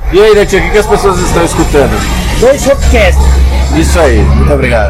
E aí, Netinho, o que as pessoas estão escutando? Dois Shopcast. Isso aí, muito obrigado.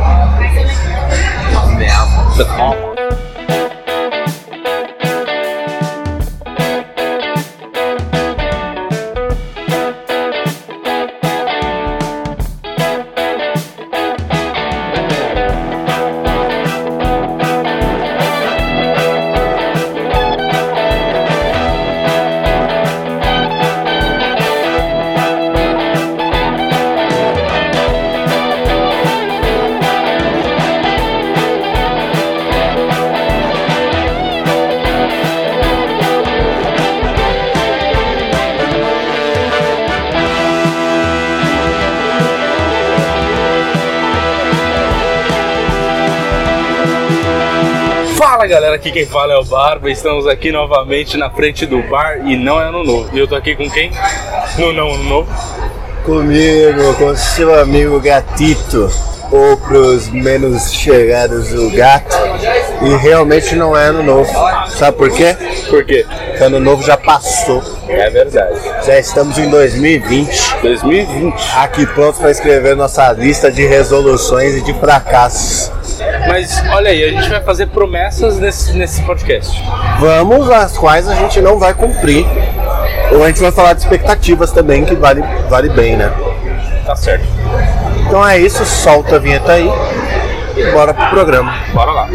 Fala galera, aqui quem fala é o Barba, estamos aqui novamente na frente do bar e não é ano novo. E eu tô aqui com quem? No não ano novo? Comigo, com seu amigo Gatito, ou pros menos chegados o gato. E realmente não é ano novo. Sabe por quê? Por quê? Porque ano novo já passou. É verdade. Já estamos em 2020. 2020. Aqui pronto para escrever nossa lista de resoluções e de fracassos. Mas olha aí, a gente vai fazer promessas nesse podcast. Vamos, as quais a gente não vai cumprir. Ou a gente vai falar de expectativas também, que vale bem, né? Tá certo. Então é isso, solta a vinheta aí e bora pro programa. Bora lá.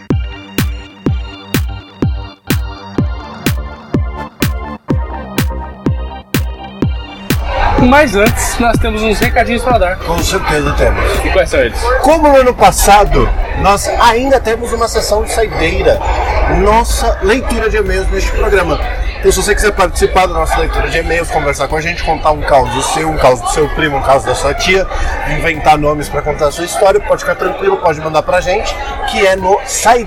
Mas antes, nós temos uns recadinhos para dar. Com certeza temos. E quais são eles? Como no ano passado, nós ainda temos uma sessão de saideira, nossa leitura de e-mails neste programa. Então se você quiser participar da nossa leitura de e-mails, conversar com a gente, contar um caos do seu, um caos do seu primo, um caos da sua tia, inventar nomes para contar a sua história, pode ficar tranquilo, pode mandar pra gente, que é no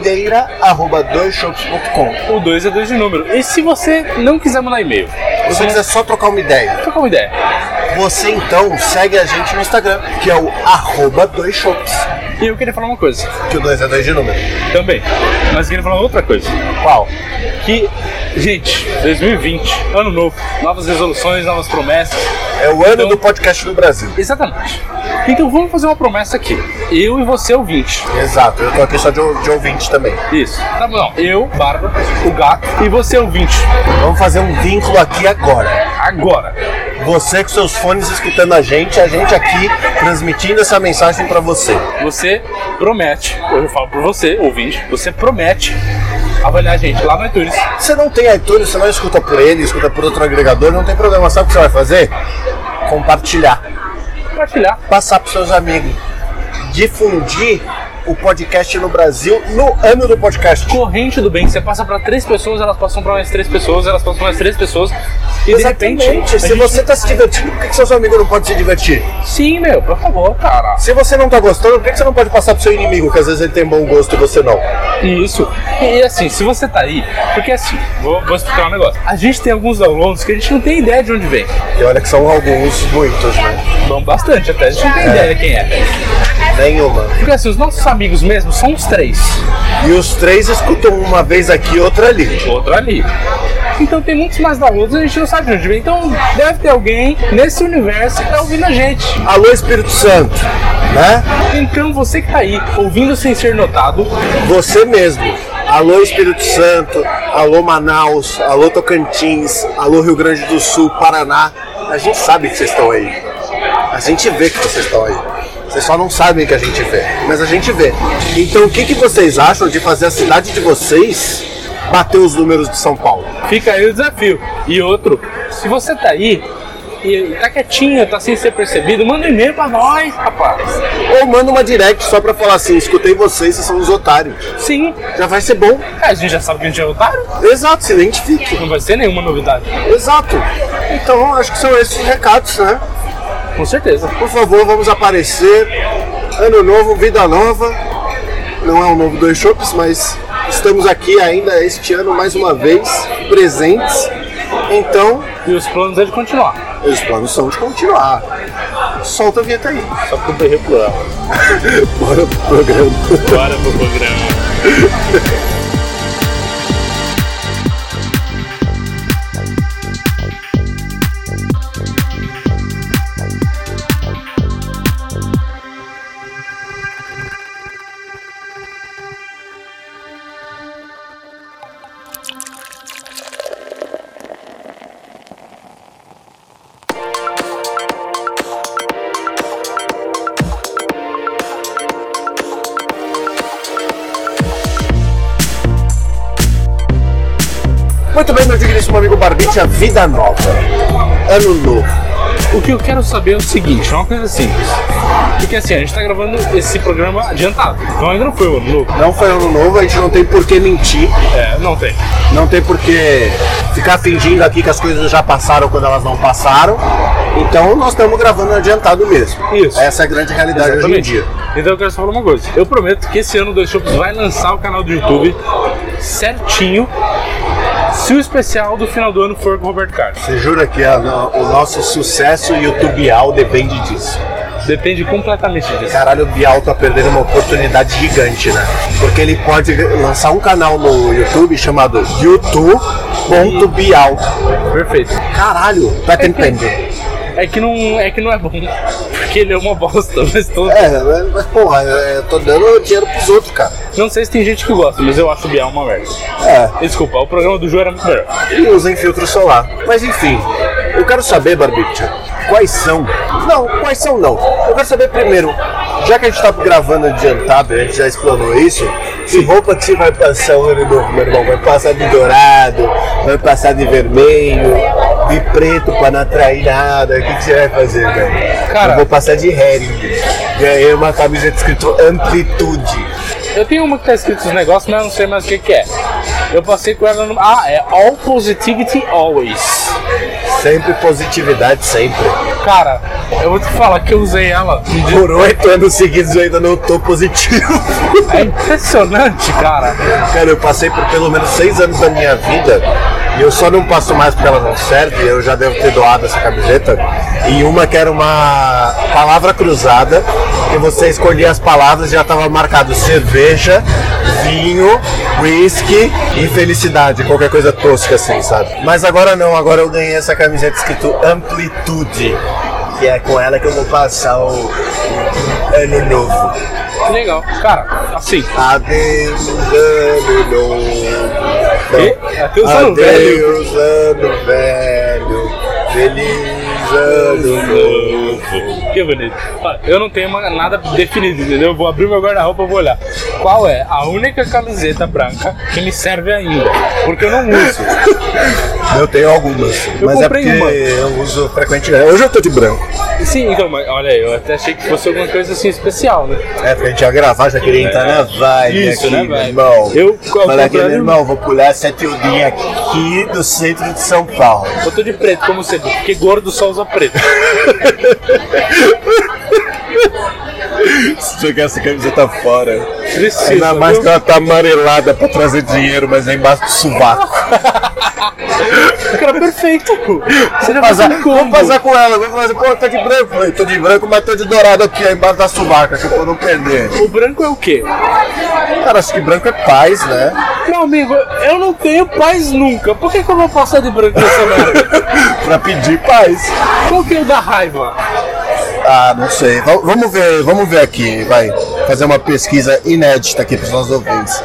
saideira@doisshops.com. O 2 é 2 de número. E se você não quiser mandar e-mail? Se você quiser só trocar uma ideia, você então segue a gente no Instagram, que é o @doisshops. E eu queria falar uma coisa. Que o 2 é 2 de número. Também. Mas eu queria falar outra coisa. Qual? Que, gente, 2020, ano novo, novas resoluções, novas promessas. É o ano do podcast do Brasil. Exatamente. Então vamos fazer uma promessa aqui. Eu e você, ouvinte. Exato, eu tô aqui só de ouvinte também. Isso. Tá bom. Eu, Barba, o gato e você, ouvinte. Vamos fazer um vínculo aqui agora. Agora. Você com seus fones escutando a gente aqui transmitindo essa mensagem pra você. Você promete, eu falo por você, ouvinte, você promete avaliar a gente lá no iTunes. Você não tem iTunes, você não escuta por ele, escuta por outro agregador, não tem problema. Sabe o que você vai fazer? Compartilhar. Passar pros seus amigos. Difundir o podcast no Brasil no ano do podcast. Corrente do bem, você passa para 3 pessoas, elas passam para mais 3 pessoas, elas passam para mais 3 pessoas. E exatamente. De repente, se você tá se divertindo, por que seus amigos não podem se divertir? Sim, meu, por favor, cara. Se você não tá gostando, por que você não pode passar pro seu inimigo, que às vezes ele tem bom gosto e você não? Isso. E assim, se você tá aí, porque assim, vou explicar um negócio. A gente tem alguns downloads que a gente não tem ideia de onde vem. E olha que são alguns, muitos, né? Bom, bastante até, a gente não tem ideia quem é. Nenhuma. Porque assim, os nossos amigos mesmo são uns 3. E os 3 escutam uma vez aqui, outra ali. Outra ali. Então tem muitos mais downloads, a gente não sabe de onde vem. Então deve ter alguém nesse universo que tá ouvindo a gente. Alô, Espírito Santo, né? Então você que tá aí, ouvindo sem ser notado. Você mesmo. Alô, Espírito Santo. Alô, Manaus. Alô, Tocantins. Alô, Rio Grande do Sul, Paraná. A gente sabe que vocês estão aí. A gente vê que vocês estão aí. Vocês só não sabem que a gente vê, mas a gente vê. Então o que vocês acham de fazer a cidade de vocês bater os números de São Paulo? Fica aí o desafio. E outro, se você tá aí e tá quietinho, tá sem ser percebido, manda um e-mail pra nós, rapaz. Ou manda uma direct só pra falar assim, escutei vocês são os otários. Sim. Já vai ser bom. A gente já sabe que a gente é otário. Exato, se identifique. Não vai ser nenhuma novidade. Exato. Então acho que são esses os recados, né? Com certeza. Por favor, vamos aparecer. Ano novo, vida nova. Não é um novo Dois Shops, mas estamos aqui ainda este ano mais uma vez, presentes. Então... E os planos é de continuar. Os planos são de continuar. Solta a vinheta aí. Só porque eu berrei plural. Bora pro programa. Bora pro programa. Muito bem, meu digníssimo amigo Barbite, a vida nova. Ano novo. O que eu quero saber é o seguinte, é uma coisa simples. Porque assim, a gente tá gravando esse programa adiantado, então ainda não foi o ano novo. Não foi ano novo, a gente não tem por que mentir. Não tem. Não tem por que ficar fingindo aqui que as coisas já passaram quando elas não passaram. Então nós estamos gravando adiantado mesmo. Isso. Essa é a grande realidade hoje em dia. Então eu quero só falar uma coisa. Eu prometo que esse ano o Dois Chopps vai lançar o canal do YouTube certinho, se o especial do final do ano for com o Roberto Carlos. Você jura que o nosso sucesso youtubial depende disso? Depende completamente disso. Caralho, o Bial tá perdendo uma oportunidade gigante, né? Porque ele pode lançar um canal no YouTube chamado youtube.bial. Perfeito. Caralho, tá tentando. É que não é bom, porque ele é uma bosta, mas todo... Mas porra, eu tô dando dinheiro pros outros, cara. Não sei se tem gente que gosta, mas eu acho o Bial uma merda. Desculpa, o programa do Ju era muito melhor. E usem filtro solar. Mas enfim, eu quero saber, Barbite, quais são... Não. Eu quero saber primeiro, já que a gente tá gravando adiantado, a gente já explanou isso, que roupa que você vai passar o ano novo, meu irmão? Vai passar de dourado, vai passar de vermelho, de preto pra não atrair nada, o que você vai fazer, velho? Cara, eu vou passar de herring. Ganhei uma camiseta escrito Amplitude. Eu tenho uma que tá escrito os negócios, mas eu não sei mais o que é. Eu passei com ela no... é All Positivity Always. Sempre positividade, sempre. Cara, eu vou te falar que eu usei ela por 8 anos seguidos eu ainda não tô positivo. É impressionante, cara. Cara, eu passei por pelo menos 6 anos da minha vida e eu só não passo mais porque ela não serve. Eu já devo ter doado essa camiseta. E uma que era uma palavra cruzada e você escolhia as palavras e já tava marcado cerveja, vinho, whisky e felicidade, qualquer coisa tosca assim, sabe? Mas agora não, agora eu ganhei essa camiseta escrito Amplitude, que é com ela que eu vou passar o ano novo. Que legal. Cara, assim... Adeus, ano novo. Adeus, ano velho. Feliz ano novo. Que bonito. Eu não tenho nada definido, entendeu? Eu vou abrir meu guarda-roupa e vou olhar qual é a única camiseta branca que me serve ainda, porque eu não uso. Eu tenho algumas, mas é porque eu uso frequentemente. Hoje eu tô de branco. Sim, então, mas olha aí, eu até achei que fosse alguma coisa assim especial, né? Porque a gente ia gravar, já queria entrar na vibe. Isso, aqui, né, meu irmão? Falei aqui, meu irmão, vou pular 7 horinhas aqui do centro de São Paulo. Eu tô de preto, como sempre, porque gordo só usa preto. Se jogar essa camiseta fora. Precisa. Ainda mais que ela tá amarelada pra trazer dinheiro, mas é embaixo do sovaco. Cara, perfeito. Vamos passar com ela. Vamos fazer, pô, tá de branco. Falei, tô de branco, mas tô de dourado aqui, ó, embaixo da sovaca, que pra não perder. O branco é o quê? Cara, acho que branco é paz, né? Meu amigo, eu não tenho paz nunca. Por que eu vou passar de branco nessa merda? Pra pedir paz. Qual que é o da raiva? Ah, não sei. Vamos ver aqui, vai. Fazer uma pesquisa inédita aqui pros nossos ouvintes.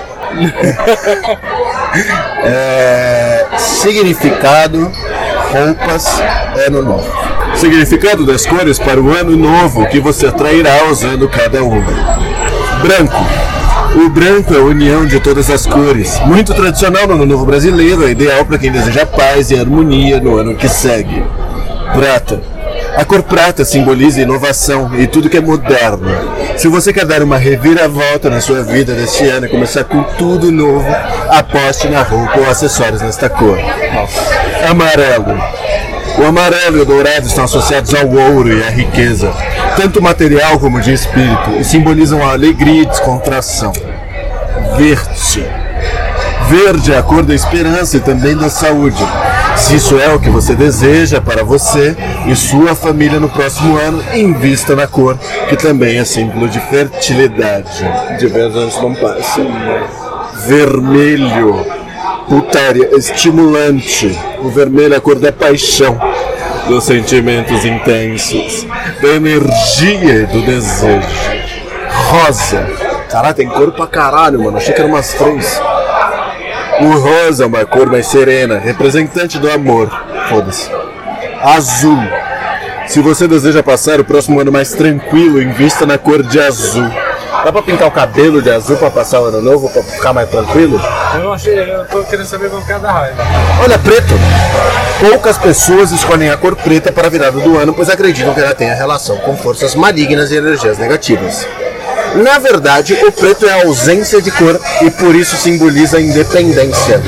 Significado, roupas, ano novo. Significado das cores para o ano novo que você atrairá usando cada uma. Branco. O branco é a união de todas as cores. Muito tradicional no ano novo brasileiro, é ideal para quem deseja paz e harmonia no ano que segue. Prata. A cor prata simboliza inovação e tudo que é moderno. Se você quer dar uma reviravolta na sua vida deste ano e começar com tudo novo, aposte na roupa ou acessórios nesta cor. Amarelo. O amarelo e o dourado estão associados ao ouro e à riqueza, tanto material como de espírito, e simbolizam a alegria e descontração. Verde. Verde é a cor da esperança e também da saúde. Se isso é o que você deseja para você e sua família no próximo ano, invista na cor, que também é símbolo de fertilidade. De vez antes não passa. Vermelho. Putaria, estimulante. O vermelho é a cor da paixão, dos sentimentos intensos, da energia e do desejo. Rosa. Caralho, tem cor pra caralho, mano. Achei que eram umas 3. O rosa é uma cor mais serena, representante do amor. Foda-se. Azul. Se você deseja passar o próximo ano mais tranquilo, invista na cor de azul. Dá pra pintar o cabelo de azul pra passar o ano novo, pra ficar mais tranquilo? Eu tô querendo saber qual que é da raiva. Olha, preto. Poucas pessoas escolhem a cor preta para a virada do ano, pois acreditam que ela tem a relação com forças malignas e energias negativas. Na verdade, o preto é a ausência de cor e por isso simboliza a independência.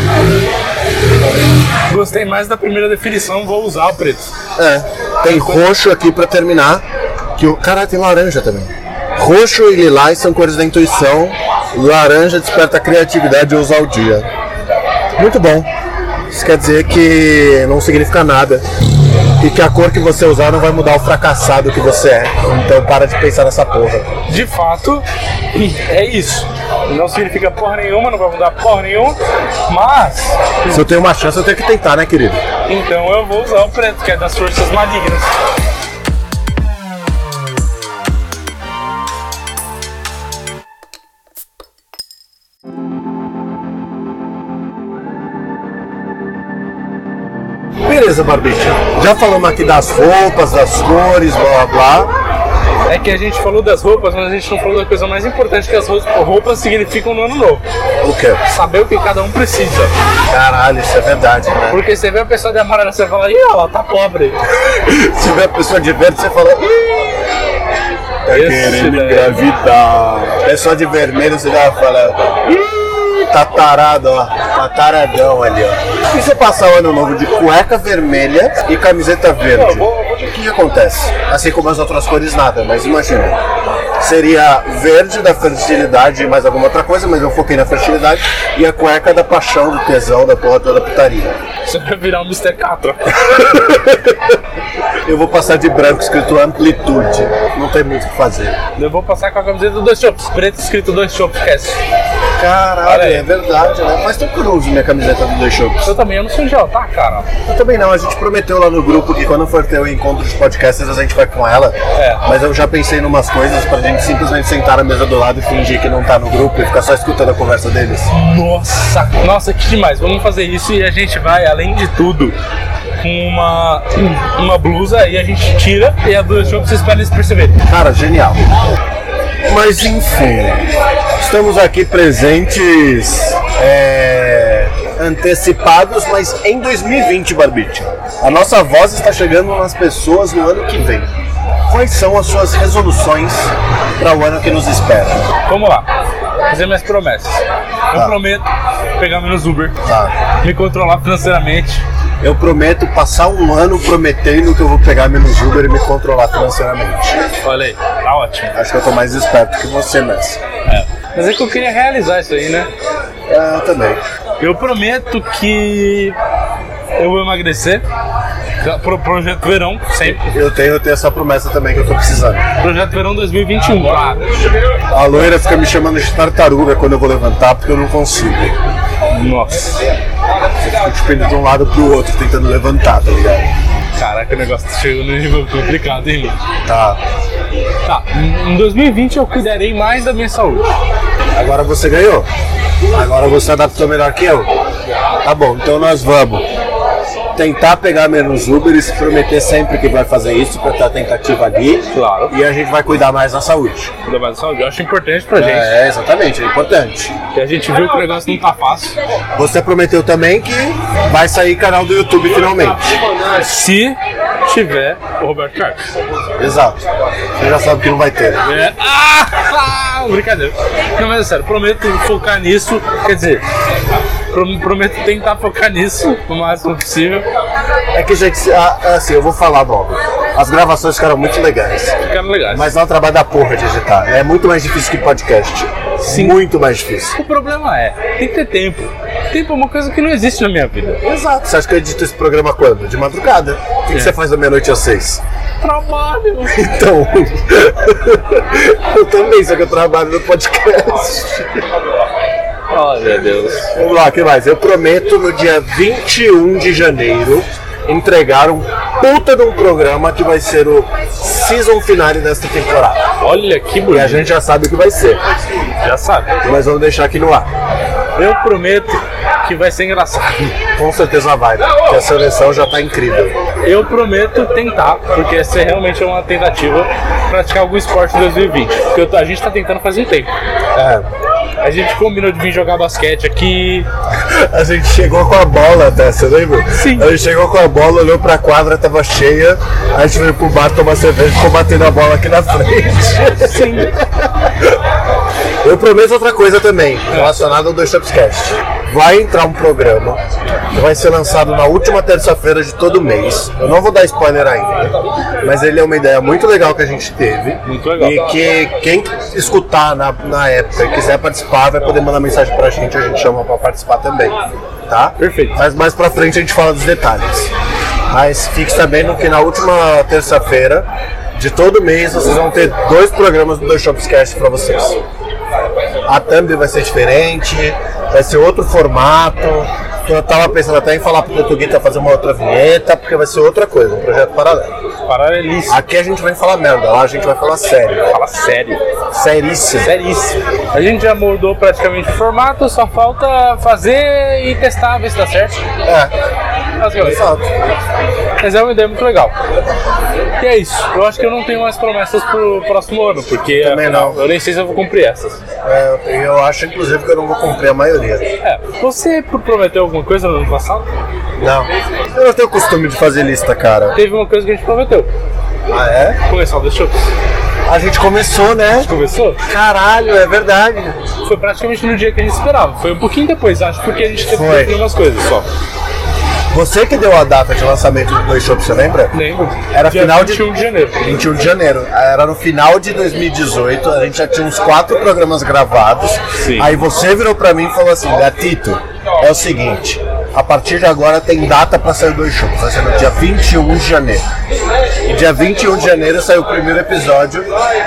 Gostei mais da primeira definição, vou usar o preto. Tem roxo aqui pra terminar, caralho, tem laranja também. Roxo e lilás são cores da intuição, laranja desperta a criatividade e ousadia. Muito bom. Isso quer dizer que não significa nada e que a cor que você usar não vai mudar o fracassado que você é. Então para de pensar nessa porra. De fato, é isso. Não significa porra nenhuma, não vai mudar porra nenhuma, mas... Se eu tenho uma chance, eu tenho que tentar, né, querido? Então eu vou usar o preto, que é das forças malignas. Beleza, Barbicha. Já falamos aqui das roupas, das cores, blá blá blá. É que a gente falou das roupas, mas a gente não falou da coisa mais importante que as roupas significam no ano novo. O quê? Saber o que cada um precisa. Caralho, isso é verdade, né? Porque você vê a pessoa de amarelo, você fala, ih, ela tá pobre. Se vê a pessoa de verde, você fala, ih, tá querendo engravidar. Pessoa de vermelho, você já fala, ih, tá tarado, ó. Tá taradão ali, ó. E você passar o ano novo de cueca vermelha e camiseta verde? O que acontece? Assim como as outras cores, nada, mas imagina. Seria verde da fertilidade e mais alguma outra coisa, mas eu foquei na fertilidade. E a cueca da paixão, do tesão, da porra toda putaria. Você vai virar um Mr. Catra. Eu vou passar de branco escrito amplitude. Não tem muito o que fazer. Eu vou passar com a camiseta do 2 Shops. Preto escrito 2 Shops, esquece. Caralho, é verdade, né? Faz tempo que eu não uso minha camiseta do 2 Shops. Eu também, eu não sou idiota, tá, cara? Eu também não, a gente prometeu lá no grupo que quando for ter o encontro de podcasters a gente vai com ela. Mas eu já pensei em umas coisas pra gente simplesmente sentar na mesa do lado e fingir que não tá no grupo e ficar só escutando a conversa deles. Nossa, que demais. Vamos fazer isso e a gente vai, além de tudo, com uma blusa e a gente tira e a do show pra vocês podem se perceber. Cara, genial. Mas enfim, estamos aqui presentes antecipados, mas em 2020, Barbicha. A nossa voz está chegando nas pessoas no ano que vem. Quais são as suas resoluções para o ano que nos espera? Vamos lá, fazer minhas promessas. Eu prometo pegar menos Uber, me controlar financeiramente. Eu prometo passar um ano prometendo que eu vou pegar menos Uber e me controlar financeiramente. Olha aí, tá ótimo. Acho que eu tô mais esperto que você, Messi. Mas é que eu queria realizar isso aí, né? Eu também. Eu prometo que eu vou emagrecer. Projeto Verão, sempre. Eu tenho essa promessa também que eu tô precisando. Projeto Verão 2021, claro. A loira fica me chamando de tartaruga quando eu vou levantar porque eu não consigo. Nossa. Eu fico indo de um lado pro outro tentando levantar, tá ligado? Caraca, o negócio chegou no nível complicado, hein? Tá. Em 2020 eu cuidarei mais da minha saúde. Agora você ganhou. Agora você adaptou melhor que eu. Tá bom, então nós vamos tentar pegar menos Uber e se prometer sempre que vai fazer isso pra ter a tentativa ali. Claro. E a gente vai cuidar mais da saúde. Cuidar mais da saúde, eu acho importante pra gente. Exatamente, é importante. Que a gente viu que o negócio não tá fácil. Você prometeu também que vai sair canal do YouTube finalmente. Se tiver o Roberto Carlos. Exato. Você já sabe que não vai ter. Brincadeira. Não, mas é sério, prometo focar nisso. Quer dizer, prometo tentar focar nisso o máximo possível. É que, gente, assim, eu vou falar logo. As gravações ficaram muito legais. Ficaram legais. Mas é um trabalho da porra de editar. É muito mais difícil que podcast. Sim. Muito mais difícil. O problema tem que ter tempo. Tempo é uma coisa que não existe na minha vida. Exato. Você acha que eu edito esse programa quando? De madrugada. O que você faz da meia-noite às 6? Trabalho. Então, eu também, só que eu trabalho no podcast. Oh, meu Deus. Vamos lá, o que mais? Eu prometo no dia 21 de janeiro entregar um puta de um programa que vai ser o season finale desta temporada. Olha que bonito. E a gente já sabe o que vai ser. Já sabe. Mas vamos deixar aqui no ar. Eu prometo que vai ser engraçado. Com certeza vai, porque a seleção já tá incrível. eu prometo tentar, porque essa realmente é uma tentativa praticar algum esporte em 2020. Porque a gente tá tentando fazer tempo. A gente combinou de vir jogar basquete aqui. A gente chegou com a bola até, você lembra? Sim. A gente chegou com a bola, olhou pra quadra, tava cheia. A gente veio pro bar tomar cerveja e ficou batendo a bola aqui na frente. Sim. Eu prometo outra coisa também, relacionada ao Dois Chopscast. Vai entrar um programa que vai ser lançado na última terça-feira de todo mês. Eu não vou dar spoiler ainda, mas ele é uma ideia muito legal que a gente teve. Muito legal. E que quem escutar na época e quiser participar vai poder mandar mensagem pra gente, a gente chama pra participar também, tá? Perfeito. Mas mais pra frente a gente fala dos detalhes. Mas fique sabendo que na última terça-feira de todo mês vocês vão ter 2 programas do Dois Chopscast pra vocês. A thumb vai ser diferente, vai ser outro formato. Eu tava pensando até em falar pro Portuguita fazer uma outra vinheta, porque vai ser outra coisa, um projeto paralelo. Paralelíssimo. Aqui a gente vai falar merda, lá a gente vai falar sério. Fala sério. Seríssimo. Seríssimo. A gente já mudou praticamente o formato, só falta fazer e testar, ver se dá certo. Exato. Mas é uma ideia muito legal. E é isso. Eu acho que eu não tenho mais promessas pro próximo ano, porque Também não. eu nem sei se eu vou cumprir essas. Eu acho inclusive que eu não vou cumprir a maioria. Você prometeu alguma coisa no ano passado? Não. Eu não tenho costume de fazer lista, cara. Teve uma coisa que a gente prometeu. Ah, é? Começar o The Show. A gente começou, né? Começou? Caralho, é verdade. Foi praticamente no dia que a gente esperava. Foi um pouquinho depois, acho, porque a gente teve que Foi. definir umas coisas só. Você que deu a data de lançamento do Dois Shows, você lembra? Lembro. Era Dia final 21 de janeiro. 21 de janeiro. Era no final de 2018, a gente já tinha uns 4 programas gravados. Sim. Aí você virou pra mim e falou assim, Gatito, é o seguinte, a partir de agora tem data pra sair Dois Shows, vai ser no dia 21 de janeiro. E dia 21 de janeiro saiu o primeiro episódio,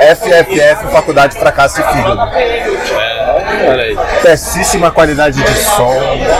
FFF, Faculdade Fracasso e Fígado. Olha aí. Péssima qualidade de som.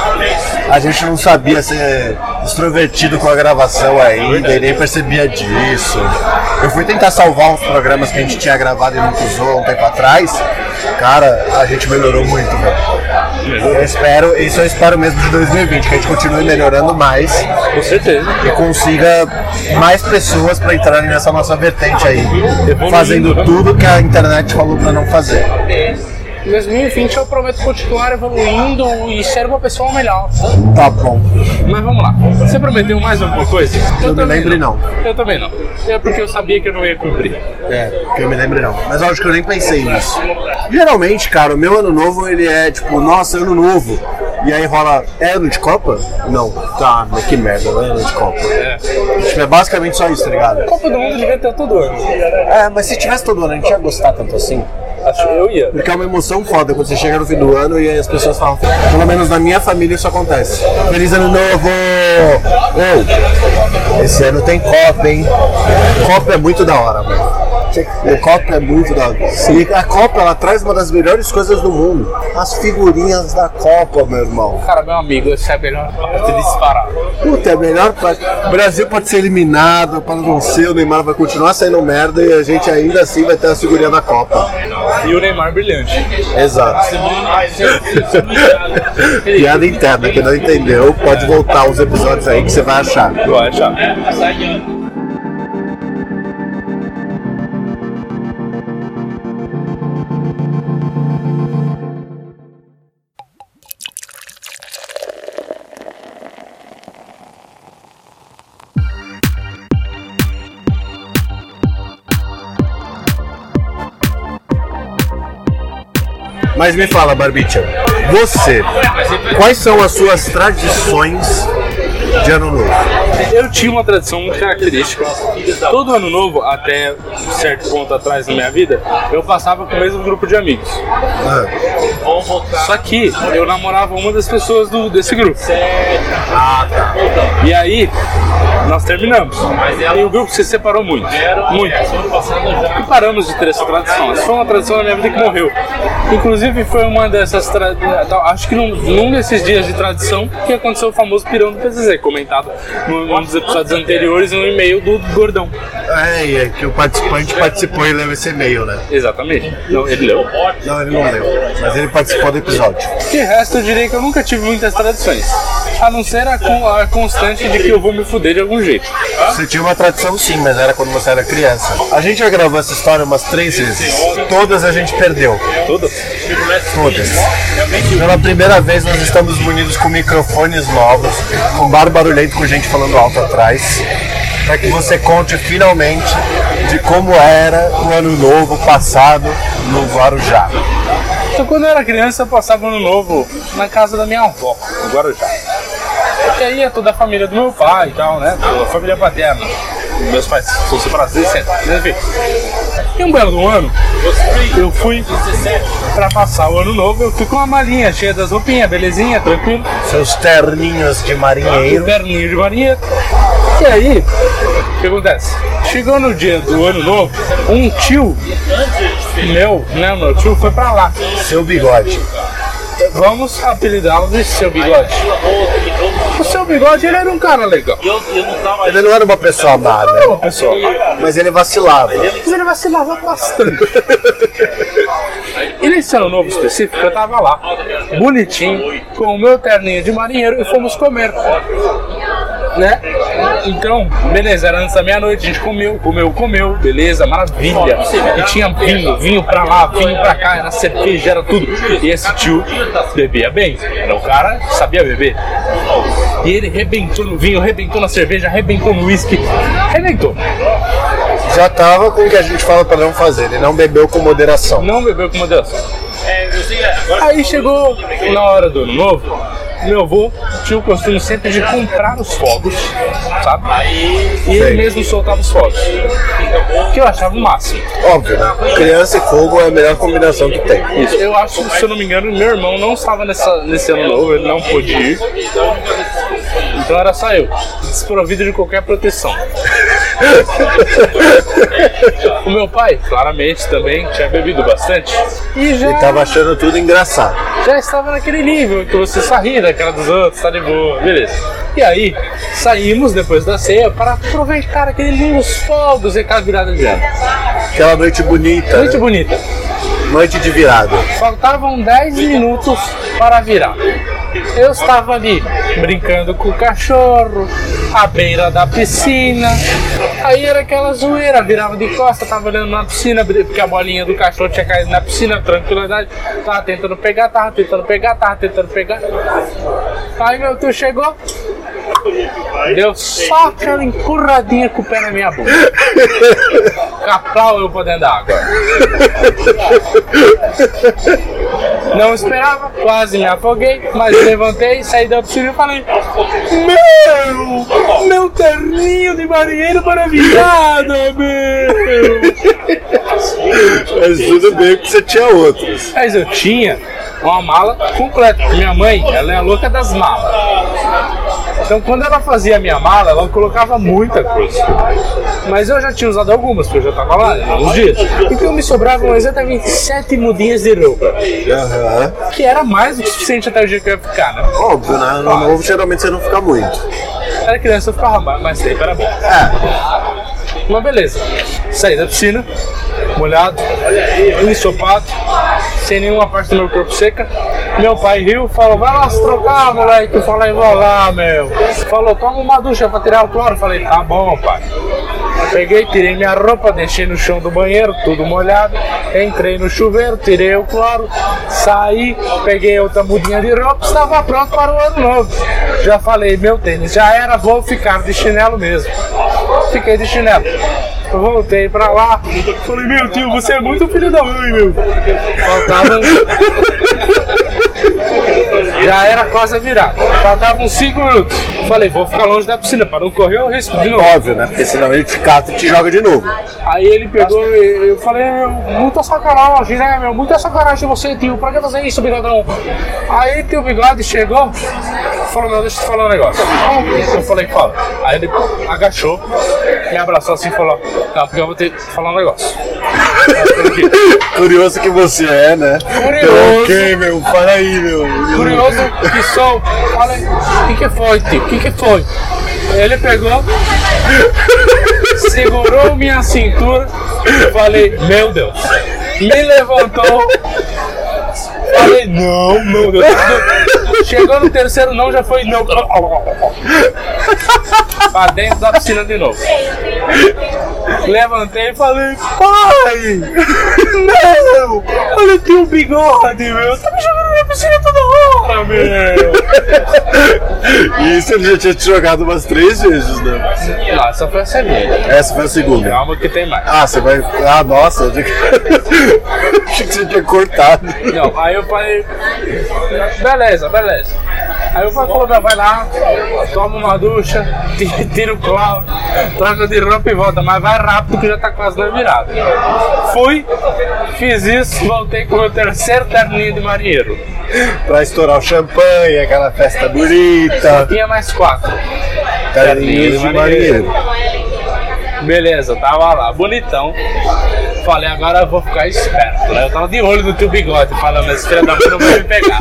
A gente não sabia ser extrovertido com a gravação ainda e nem percebia disso. Eu fui tentar salvar uns programas que a gente tinha gravado e nunca usou um tempo atrás. Cara, a gente melhorou muito, velho. Isso eu espero mesmo de 2020, que a gente continue melhorando mais. Com certeza. E consiga mais pessoas para entrarem nessa nossa vertente aí, fazendo tudo que a internet falou para não fazer. Em 2020 eu prometo continuar evoluindo e ser uma pessoa melhor. Tá bom. Mas vamos lá. Você prometeu mais alguma coisa? Eu me lembro não. Eu também não. É porque eu sabia que eu não ia cumprir. Que eu me lembro não. Mas eu acho que eu nem pensei nisso. Geralmente, cara, o meu ano novo ele é tipo, nossa, ano novo. E aí rola, é ano de Copa? Não. Tá, mas que merda, não é ano de Copa. Tipo, é basicamente só isso, tá ligado? Copa do Mundo devia ter todo ano. Mas se tivesse todo ano, a gente ia gostar tanto assim. Acho que eu ia. Porque é uma emoção foda quando você chega no fim do ano e aí as pessoas falam, pelo menos na minha família isso acontece. Feliz ano novo! Esse ano tem Copa, hein? Copa é muito da hora, mano. A Copa é muito da hora. E a Copa, ela traz uma das melhores coisas do mundo. As figurinhas da Copa, meu irmão. Cara, meu amigo, essa é a melhor parte disparada. Puta, é a melhor parte. O Brasil pode ser eliminado, para não ser, o Neymar vai continuar saindo merda e a gente ainda assim vai ter a figurinha da Copa. E o Neymar brilhante. Exato. Piada interna, quem não entendeu, pode voltar uns episódios aí que você vai achar. Vai achar. Mas me fala, Barbicha, você, quais são as suas tradições de ano novo? Eu tinha uma tradição muito característica. Todo ano novo, até um certo ponto atrás na minha vida, eu passava com o mesmo grupo de amigos. Só que eu namorava uma das pessoas desse grupo. E aí, nós terminamos. E o grupo se separou muito. Muito. E paramos de ter essa tradição. Essa foi uma tradição na minha vida que morreu. Inclusive, foi uma dessas acho que num desses dias de tradição que aconteceu o famoso pirão do PZZ, comentado num dos episódios anteriores no e-mail do Gordão. É que o participante participou e leu esse e-mail, né? Exatamente. Não, ele leu? Não, ele não leu, mas ele participou do episódio. De resto, eu diria que eu nunca tive muitas tradições. A não ser a constante de que eu vou me fuder de algum jeito. Você tinha uma tradição sim, mas era quando você era criança. A gente já gravou essa história umas 3 vezes. Todas a gente perdeu. Todas? Todas. Pela primeira vez nós estamos munidos com microfones novos, com bar barulhento, com gente falando alto atrás, para que você conte finalmente de como era o ano novo passado no Guarujá. Então, quando eu era criança, eu passava o ano novo na casa da minha avó, no Guarujá. Porque aí é toda a família do meu pai e tal, né? Toda a família paterna. Meus pais são separados desde sempre. Mas enfim. E um belo do ano, eu fui pra passar o ano novo, eu fui com uma malinha cheia das roupinhas, belezinha, tranquilo. Seus terninhos de marinheiro. Terninho de marinheiro. E aí, o que acontece? Chegou no dia do ano novo, um tio meu tio foi pra lá. Seu Bigode. Vamos apelidá-lo de Seu Bigode. O Seu Bigode, ele era um cara legal. Ele não era uma pessoa má, né? Não era uma pessoa má. Mas ele vacilava. Mas ele vacilava bastante. E nesse ano novo específico, eu tava lá, bonitinho, com o meu terninho de marinheiro e fomos comer. Né? Então, beleza, era antes da meia-noite, a gente comeu, beleza, maravilha. E tinha vinho pra lá, vinho pra cá, era cerveja, era tudo. E esse tio bebia bem, era um cara que sabia beber. E ele rebentou no vinho, rebentou na cerveja, rebentou no uísque, rebentou. Já tava com o que a gente fala pra não fazer, ele não bebeu com moderação. Não bebeu com moderação. Aí chegou na hora do ano novo, meu avô tinha o costume sempre de comprar os fogos, sabe? E ele mesmo soltava os fogos, que eu achava o máximo. Óbvio, né? Criança e fogo é a melhor combinação que tem. Isso. Eu acho, se eu não me engano, meu irmão não estava nesse ano novo, ele não pôde ir. Então era só eu, desprovido de qualquer proteção. O meu pai, claramente, também tinha bebido bastante. E já tava achando tudo engraçado. Já estava naquele nível que você só ri da cara dos outros, tá de boa, beleza. E aí, saímos depois da ceia para aproveitar aquele lindo dos fogos e aquela virada de ano. Aquela noite bonita. Noite bonita. Noite de virada. Faltavam 10 minutos para virar. Eu estava ali, brincando com o cachorro, à beira da piscina. Aí era aquela zoeira, virava de costa, tava olhando na piscina, porque a bolinha do cachorro tinha caído na piscina, tranquilidade. Tava tentando pegar. Aí meu tio chegou, deu só aquela empurradinha com o pé na minha boca. Caplau eu pra dentro da água. Não esperava, quase me afoguei, mas levantei, saí da piscina e falei: Meu terninho de marinheiro para a virada, meu! Mas tudo bem que você tinha outros. Mas eu tinha uma mala completa. Minha mãe, ela é a louca das malas. Então quando ela fazia a minha mala, ela colocava muita coisa. Mas eu já tinha usado algumas, porque eu já estava lá uns dias. Então me sobravam exatamente 7 mudinhas de roupa. Uhum. Que era mais do que suficiente até o dia que eu ia ficar, né? Óbvio, né? No novo geralmente você não fica muito. Era criança, eu ficava mais tempo, era bom. Mas beleza. Saí da piscina, molhado, ensopado, sem nenhuma parte do meu corpo seca. Meu pai riu, falou: vai lá se trocar, moleque. Eu falei: vou lá, meu. Falou: toma uma ducha pra tirar o cloro. Eu falei: tá bom, pai. Peguei, tirei minha roupa, deixei no chão do banheiro, tudo molhado. Entrei no chuveiro, tirei o cloro, saí, peguei outra mudinha de roupa, estava pronto para o ano novo. Já falei: meu tênis já era, vou ficar de chinelo mesmo. Fiquei de chinelo. Voltei pra lá, falei: meu tio, você é muito filho da mãe, meu. Faltava... Já era quase a virada. Faltavam 5 minutos. Falei: vou ficar longe da piscina para não correr o risco de novo. Óbvio, né? Porque senão ele te cata e te joga de novo. Aí ele pegou e eu falei: muita sacanagem, né, meu? Muita sacanagem você, tio. Pra que fazer isso, bigodão? Aí tio Bigode chegou, falou: meu, deixa eu te falar um negócio. Eu falei: fala. Aí ele agachou, me abraçou assim e falou: não, porque eu vou ter que falar um negócio. Curioso que você é, né? Curioso. Ok, meu, fala aí, meu. Curioso que sou. Falei: o que foi, tio? O que foi? Ele pegou, segurou minha cintura e falei: meu Deus. Me levantou. Falei: não, meu Deus. Chegou no terceiro não, já foi não. Pra dentro da piscina de novo. Levantei e falei, pai! Não! Olha aqui o bigode, meu! Tá me jogando na piscina toda hora, meu! E isso ele já tinha te jogado umas 3 vezes, né? Não, essa foi a segunda. Essa foi a segunda. Calma que tem mais. Ah, você vai... Ah, nossa. Achei que você tinha cortado. Não, aí eu falei, beleza. Aí o pai falou, vai lá, toma uma ducha, tira o clau, troca de roupa e volta, mas vai rápido que já tá quase na virada. Fui, fiz isso, voltei com o meu terceiro terninho de marinheiro. Pra estourar o champanhe, aquela festa bonita. Tinha mais 4. Terninhos de marinheiro. Beleza, tava lá, bonitão. Falei, agora eu vou ficar esperto, né? Eu tava de olho no teu bigode, falando, esse filho da mãe não vai me pegar.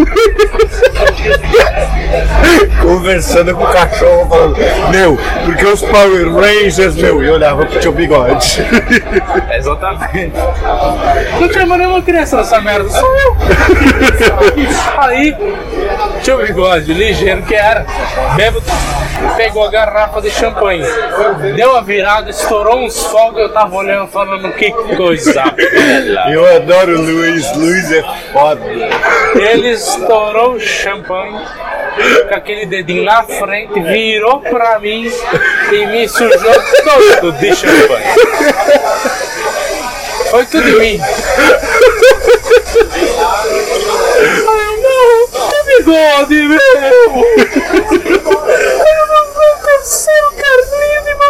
Conversando com o cachorro, falando, meu, porque os Power Rangers, meu, e olhava pro teu bigode. Exatamente. Não tinha mais nenhuma criança nessa merda, sou eu. Aí, tio bigode, ligeiro que era, bêbado, pegou a garrafa de champanhe, deu a virada, estourou uns fogos, eu tava olhando, falando, que coisa bela. Eu adoro o Luiz, Luiz é foda. Ele estourou o champanhe com aquele dedinho na frente, virou pra mim e me sujou todo de champanhe. Foi tudo em mim. Ai, não, que bigode, meu! Eu não vou terceiro carninho de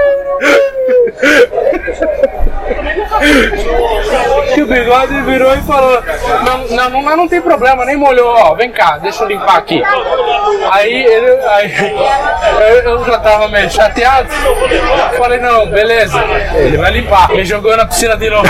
marinheiro! Que o bigode virou e falou, não tem problema, nem molhou, ó, vem cá, deixa eu limpar aqui. Aí eu já tava meio chateado, falei, não, beleza, ele vai limpar. Me jogou na piscina de novo.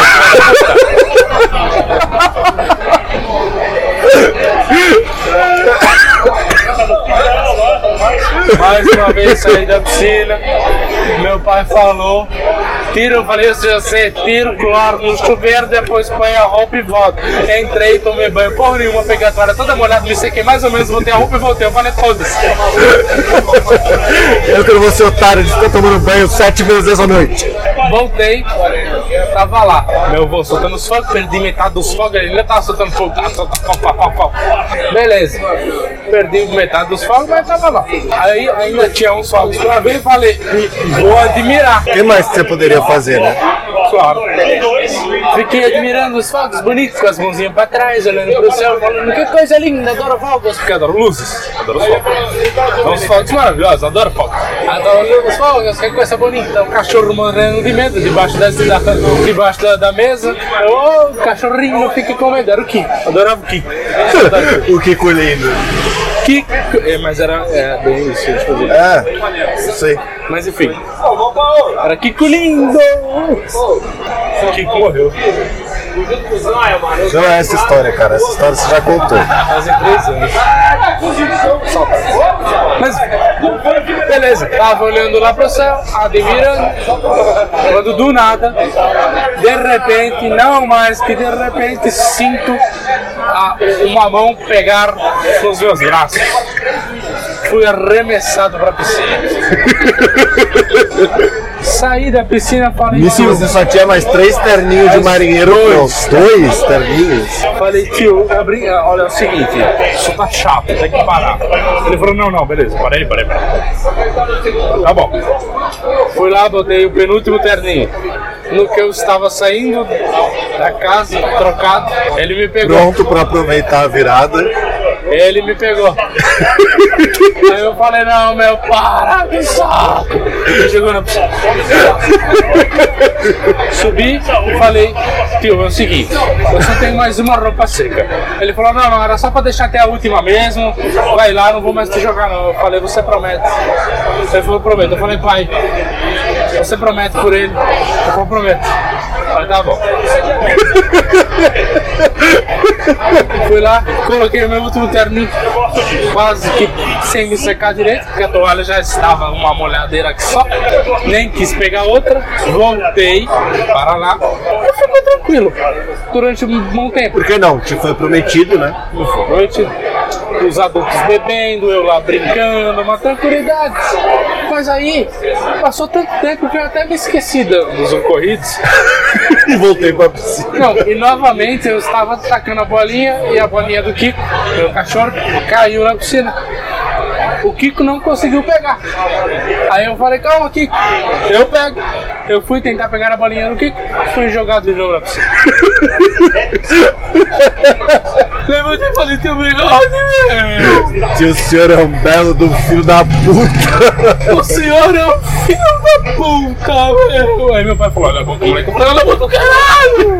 Mais uma vez saí da piscina, meu pai falou, eu falei assim, você tira o cloro no chuveiro, depois põe a roupa e volta. Entrei, tomei banho, porra nenhuma, peguei a toalha toda molhada, me sequei mais ou menos, botei a roupa e voltei. Eu falei, foda-se. Eu que não vou ser otário de ficar tomando banho 7 vezes essa noite. Voltei, tava lá, meu avô soltando os fogos, perdi metade dos fogos, ele ainda tava soltando fogo. Beleza, perdi metade dos fogos, mas tava lá. Aí ainda tinha uns fogos pra ver e falei, vou admirar. O que mais que você poderia fazer, né? Claro. Fiquei admirando os fogos bonitos, com as mãozinhas pra trás, olhando pro céu, falando, que coisa linda, adoro fogos, porque adoro luzes, adoro fogos. São os fogos maravilhosos, adoro fogos. Adoro olhando os fogos, que coisa bonita, um cachorro morrendo de medo debaixo da mesa. Ô, cachorrinho, não fique com medo, era o Kiko, adorava o Kiko. O Kiko lindo. Kiko, mas era bem isso, deixa eu ver. Não sei. Mas enfim, era Kiko lindo! Kiko morreu. Não é essa história, cara. Essa história você já contou. Fazem 3 anos. Mas, beleza. Tava olhando lá pro céu, admirando. Quando do nada, de repente, não mais que de repente, sinto uma mão pegar nos meus braços. Fui arremessado pra piscina. Saí da piscina, falei, Nisso tio, você só tinha mais 3 terninhos de marinheiro. 2 terninhos? Falei, tio, olha, é o seguinte, isso tá chato, tem que parar. Ele falou, não, beleza, parei. Tá bom. Fui lá, botei o penúltimo terninho. No que eu estava saindo da casa, trocado, ele me pegou. Pronto pra aproveitar a virada. Ele me pegou. Aí eu falei, não, meu, para, que saco. Ele chegou na piscina. Subi e falei, tio, é o seguinte, eu só tenho mais uma roupa seca. Ele falou, não, era só pra deixar até a última mesmo. Vai lá, não vou mais te jogar não. Eu falei, você promete? Ele falou, prometo. Eu falei, pai, você promete por ele? Eu falei, prometo. Eu falei, tá bom. Fui lá, coloquei o meu último terninho, quase que sem me secar direito, porque a toalha já estava uma molhadeira aqui só, nem quis pegar outra, voltei para lá e ficou tranquilo durante um bom tempo. Por que não? Te foi prometido, né? Não foi prometido. os adultos bebendo, eu lá brincando, uma tranquilidade. Mas aí, passou tanto tempo que eu até me esqueci dos ocorridos. E voltei pra piscina. Não, e novamente eu estava tacando a bolinha e a bolinha do Kiko, meu cachorro, caiu na piscina. O Kiko não conseguiu pegar. Aí eu falei, calma, Kiko, eu pego. Eu fui tentar pegar a bolinha do Kiko, fui jogado de novo na piscina. Levantei e falei, teu bigode, velho. Que o senhor é um belo do filho da puta. O senhor é um filho da puta, velho. Aí meu pai falou, olha, vou comer com ela, do caralho.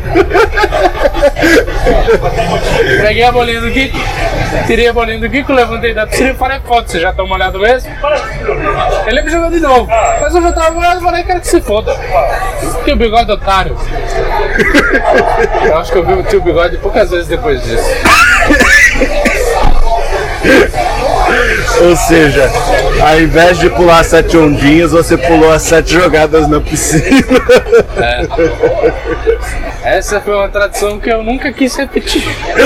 Peguei a bolinha do Kiko, tirei a bolinha do Kiko, levantei da piscina e falei, foda, você já tá molhado mesmo? Ele me jogou de novo, mas eu já tava molhado e falei, quero que se foda. Que o bigode otário. Eu acho que eu vi o tio Bigode poucas vezes depois disso. Ou seja, ao invés de pular 7 ondinhas, você pulou as 7 jogadas na piscina. Essa foi uma tradição que eu nunca quis repetir.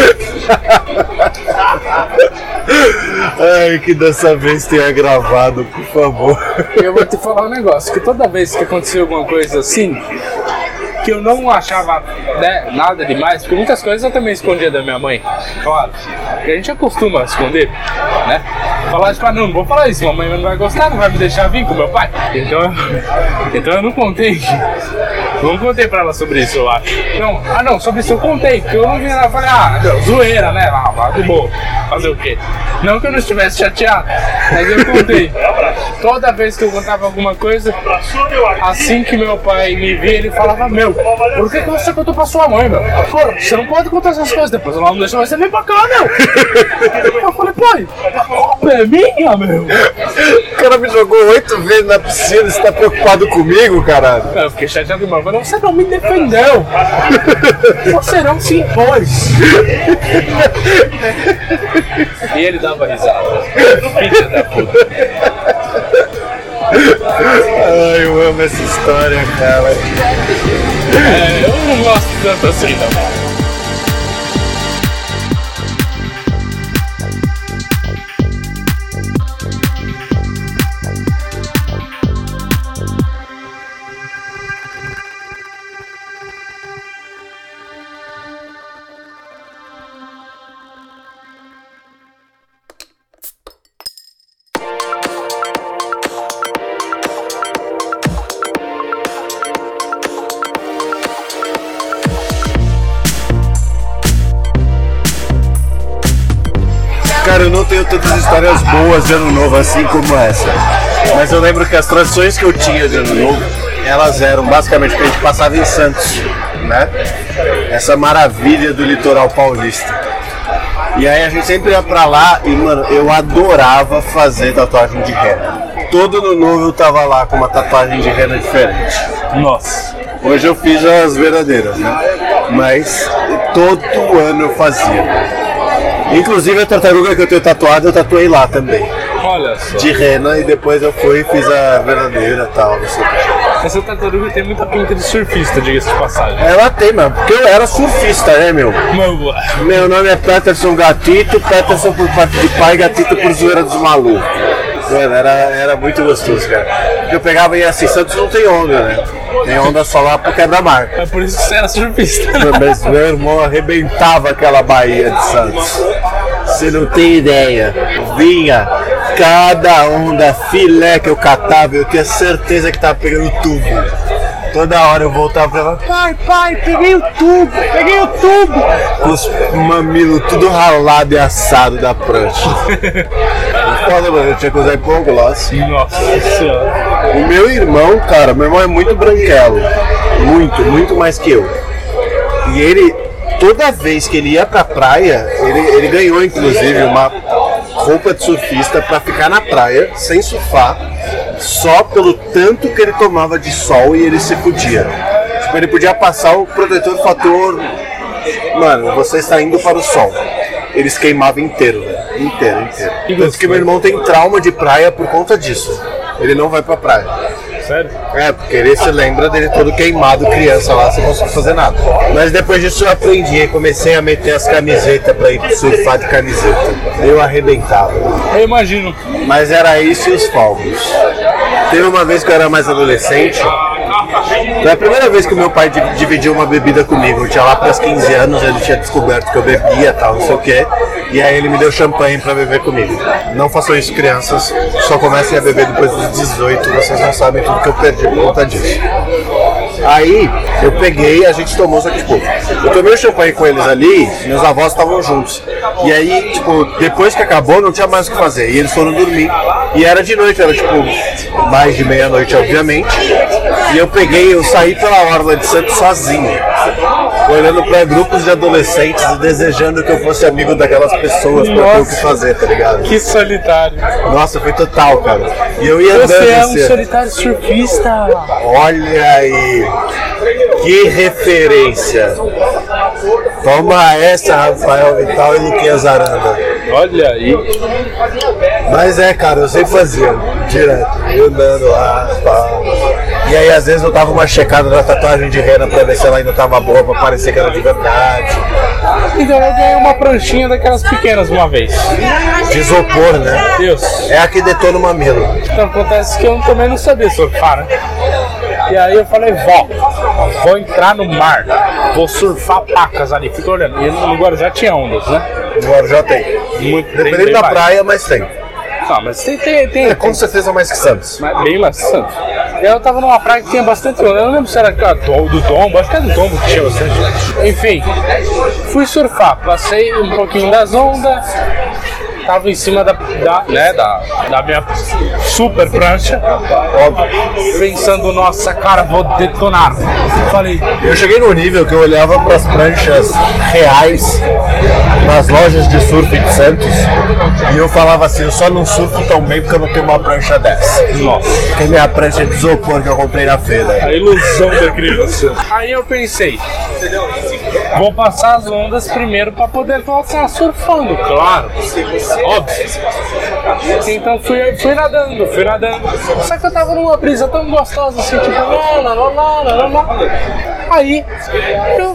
Ai, que dessa vez tenha gravado, por favor. Eu vou te falar um negócio, que toda vez que acontecia alguma coisa assim, que eu não achava, né, nada demais, porque muitas coisas eu também escondia da minha mãe, claro, porque a gente acostuma a esconder, né? Falar tipo, não vou falar isso, mamãe não vai gostar, não vai me deixar vir com meu pai. Então eu não contei pra ela sobre isso, eu acho. Não, sobre isso eu contei, porque eu não vi ela, falei, zoeira, né, lá de boa, fazer o quê? Não que eu não estivesse chateado, mas eu contei. Toda vez que eu contava alguma coisa, assim que meu pai me via, ele falava, meu, por que você contou pra sua mãe, meu? Porra, você não pode contar essas coisas, depois ela não deixa você vir pra cá, meu. Eu falei, pai, a culpa é minha, meu. O cara me jogou 8 vezes na piscina, você tá preocupado comigo, caralho? Eu fiquei chateado demais, mas você não me defendeu. Você não se impôs. E ele dava risada. Filha da puta. Ai, eu amo essa história, cara. Eu não gosto tanto assim, não. Cara, eu não tenho tantas histórias boas de Ano Novo assim como essa. Mas eu lembro que as tradições que eu tinha de Ano Novo, elas eram basicamente que a gente passava em Santos, né? Essa maravilha do litoral paulista. E aí a gente sempre ia pra lá e, mano, eu adorava fazer tatuagem de rena. Todo Ano Novo eu tava lá com uma tatuagem de rena diferente. Nossa. Hoje eu fiz as verdadeiras, né? Mas todo ano eu fazia. Inclusive a tartaruga que eu tenho tatuada, eu tatuei lá também. Olha só. De rena, e depois eu fui e fiz a verdadeira e tal, não sei o que. Essa tartaruga tem muita pinta de surfista, diga-se de passagem. Ela tem, mano, porque eu era surfista, né, meu? Meu nome é Peterson Gatito, Peterson por parte de pai, Gatito por zoeira dos malucos. Mano, era muito gostoso, cara. Porque eu pegava e ia assim, Santos não tem onda, né? Tem onda só lá pro quebra-mar. É por isso que você era surfista. Mas meu irmão arrebentava aquela baía de Santos. Você não tem ideia. Vinha cada onda, filé que eu catava, eu tinha certeza que tava pegando tubo. Toda hora eu voltava pra ela, pai, peguei o tubo. Com os mamilos tudo ralado e assado da prancha. Foda, mano, eu tinha que usar hipoglose. Nossa senhora. O meu irmão, cara, meu irmão é muito branquelo. Muito mais que eu. E ele, toda vez que ele ia pra praia, ele ganhou inclusive uma roupa de surfista pra ficar na praia, sem surfar, só pelo tanto que ele tomava de sol e ele se fudia. Tipo, ele podia passar o protetor fator. Mano, você está indo para o sol. Eles queimavam inteiro, velho. Inteiro. Tanto que meu irmão tem trauma de praia por conta disso. Ele não vai pra praia. sério? Porque ele se lembra dele todo queimado, criança lá, sem conseguir fazer nada. Mas depois disso eu aprendi e comecei a meter as camisetas pra ir surfar de camiseta. Eu arrebentava. Eu imagino. Mas era isso e os fogos. Teve uma vez que eu era mais adolescente. Foi a primeira vez que o meu pai dividiu uma bebida comigo. Eu tinha lá para os 15 anos, ele tinha descoberto que eu bebia e tal, não sei o que. E aí ele me deu champanhe para beber comigo. Não façam isso, crianças. Só comecem a beber depois dos 18. Vocês não sabem tudo que eu perdi por conta disso. Aí eu peguei, a gente tomou, só que tipo, eu tomei o champanhe com eles ali, meus avós estavam juntos. E aí, tipo, depois que acabou, não tinha mais o que fazer. E eles foram dormir. E era de noite, era tipo mais de meia-noite, obviamente. E eu saí pela orla de Santos sozinho, olhando pra grupos de adolescentes e desejando que eu fosse amigo daquelas pessoas pra ter o que fazer, tá ligado? Que solitário. Nossa, foi total, cara. E eu ia andando. Você é um solitário surfista. Olha aí, que referência. Toma essa, Rafael Vital e Luquinhas Aranda. Olha aí. Mas cara, eu sempre fazia, direto, eu andando lá, pá. E aí às vezes eu dava uma checada na tatuagem de rena pra ver se ela ainda tava boa, pra parecer que era de verdade. Então eu ganhei uma pranchinha daquelas pequenas uma vez. De isopor, né? Deus. É a que detona o mamilo. Então acontece que eu também não sabia surfar, né? E aí eu falei, vou entrar no mar, vou surfar pacas ali, fica olhando. E no Guarujá tinha ondas, né? No Guarujá tem. Dependendo da praia, mas tem. Não, mas tem. Com certeza mais que Santos. Bem mais Santos. Eu tava numa praia que tinha bastante onda. Eu não lembro se era do Tombo, acho que era do Tombo que tinha bastante. Enfim, fui surfar, passei um pouquinho das ondas. Tava em cima da minha super prancha, óbvio, pensando, nossa, cara, vou detonar. Falei, eu cheguei no nível que eu olhava para as pranchas reais nas lojas de surf de Santos e eu falava assim, eu só não surfo tão bem porque eu não tenho uma prancha dessa. Nossa. Que é minha prancha de isopor que eu comprei na feira. A ilusão da criança. Aí eu pensei, vou passar as ondas primeiro para poder voltar surfando, claro. Óbvio. Então fui nadando. Só que eu tava numa brisa tão gostosa assim, tipo, lá. Aí eu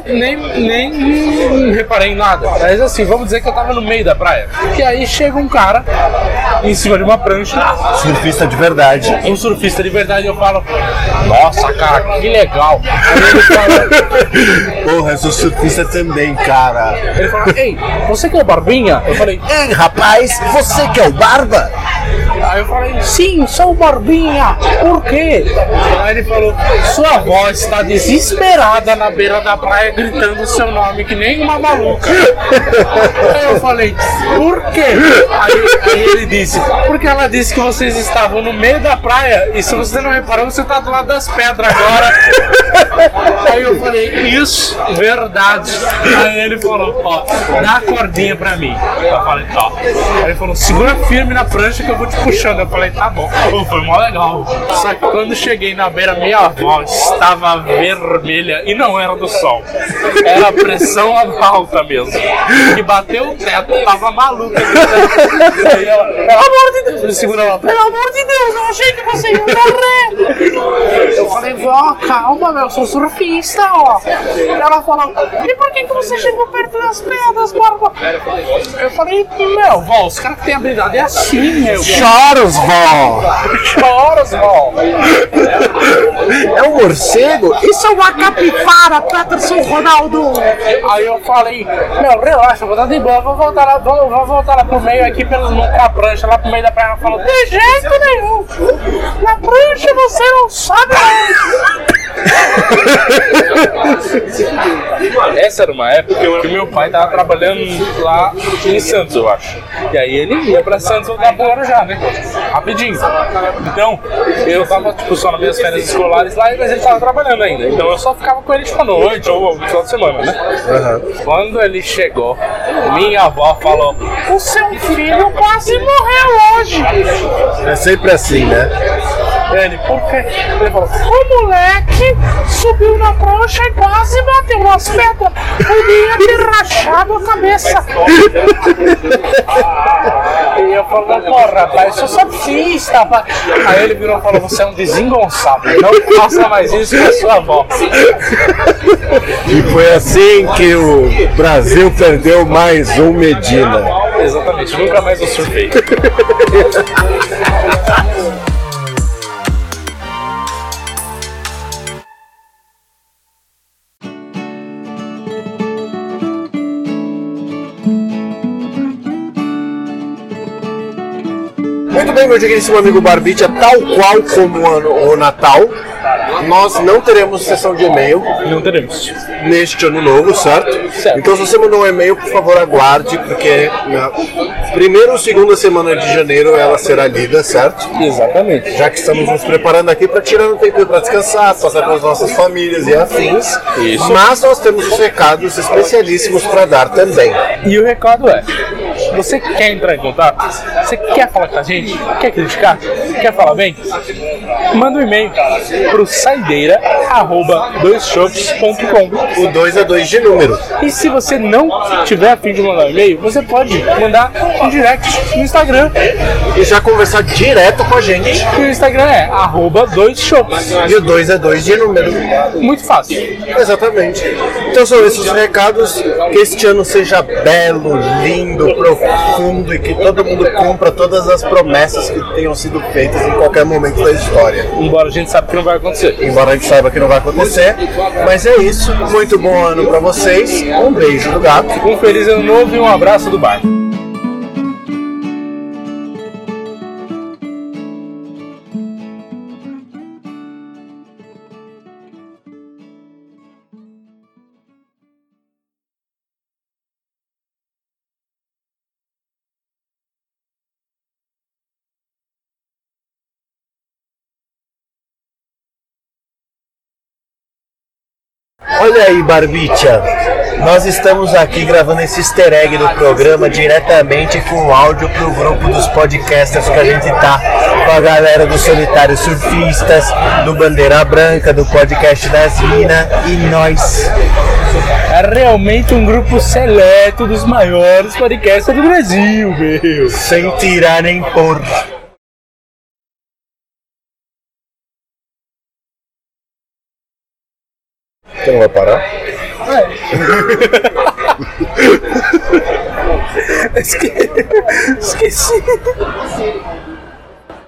nem reparei em nada. Mas assim, vamos dizer que eu tava no meio da praia. E aí chega um cara em cima de uma prancha. Surfista de verdade. Um surfista de verdade, eu falo, nossa, cara, que legal. Aí ele fala, porra, eu sou surfista também, cara. Ele fala, ei, você que é o Barbinha? Eu falei, ei, rapaz, você que é o Barba? Aí eu falei, sim, sou o Barbinha, por quê? Aí ele falou, sua avó está desesperada na beira da praia gritando o seu nome que nem uma maluca. Aí eu falei, por quê? Aí ele disse, porque ela disse que vocês estavam no meio da praia e se você não reparou, você está do lado das pedras agora. Aí eu falei, isso, verdade. Aí ele falou, ó, dá a cordinha pra mim. Eu falei, tá. Aí ele falou, segura firme na prancha que eu vou te puxando. Eu falei, tá bom. Foi mó legal. Só que quando cheguei na beira, minha avó estava vermelha e não era do sol. Era a pressão alta mesmo. Que bateu o teto, tava maluca. Aí ela, pelo amor de Deus, ele segura ela, pelo amor de Deus, eu achei que você ia morrer. Eu falei, vó, calma, meu, eu sou surfista, ó. Ela falou, e por que você chegou perto das pedras, Barba? Eu falei, meu, vó, os caras que têm habilidade é assim, meu. Choros, vó! Choros, vó! É um morcego? Isso é uma capivara, Peterson Ronaldo! Aí eu falei, meu, relaxa, vou dar de boa, vou voltar lá pro meio aqui pela prancha, lá pro meio da praia. Ela falou, de jeito nenhum! Na prancha você não sabe mais! Essa era uma época que meu pai tava trabalhando lá em Santos, eu acho. E aí ele ia pra Santos ou pra Guarujá, né? Rapidinho. Então, eu tava tipo, só nas minhas férias escolares lá, mas ele tava trabalhando ainda. Então eu só ficava com ele tipo à noite ou no final de semana, né? Uhum. Quando ele chegou, minha avó falou, o seu filho quase morreu hoje. É sempre assim, né? Ele, por quê? Ele falou, o moleque subiu na prancha e quase bateu nas pedras. Podia ter rachado a cabeça. E eu falo, porra, rapaz, eu sou surfista, rapaz. Aí ele virou e falou, você é um desengonçado, não faça mais isso com a sua avó. E foi assim que o Brasil perdeu mais um Medina. Exatamente, nunca mais eu surfei. Muito bem, meu digníssimo amigo Barbicha, tal qual como o Natal, nós não teremos sessão de e-mail. Não teremos. Neste ano novo, certo? Certo. Então, se você mandou um e-mail, por favor, aguarde, porque na primeira ou segunda semana de janeiro ela será lida, certo? Exatamente. Já que estamos nos preparando aqui para tirar um tempo para descansar, passar pelas nossas famílias e afins. Isso. Mas nós temos os recados especialíssimos para dar também. E o recado é, você quer entrar em contato? Você quer falar com a gente? Quer criticar? Quer falar bem? Manda um e-mail para o saideira@doisshops.com. O 2 é 2 de número. E se você não tiver a fim de mandar um e-mail, você pode mandar um direct no Instagram. E já conversar direto com a gente. E o Instagram é @doisshops. E o 2 é 2 de número. Muito fácil. Exatamente. Então são esses os recados. Que este ano seja belo, lindo, profundo e que todo mundo cumpra todas as promessas que tenham sido feitas em qualquer momento da história. Embora a gente saiba que não vai acontecer. Embora a gente saiba que não vai acontecer. Mas é isso. Muito bom ano pra vocês. Um beijo do gato. Um feliz ano novo e um abraço do bar. Olha aí, Barbicha, nós estamos aqui gravando esse easter egg do programa diretamente com áudio pro grupo dos podcasters que a gente tá, com a galera dos Solitários Surfistas, do Bandeira Branca, do podcast das Minas e nós. É realmente um grupo seleto dos maiores podcasts do Brasil, meu. Sem tirar nem pôr. Você não vai parar? Esqueci.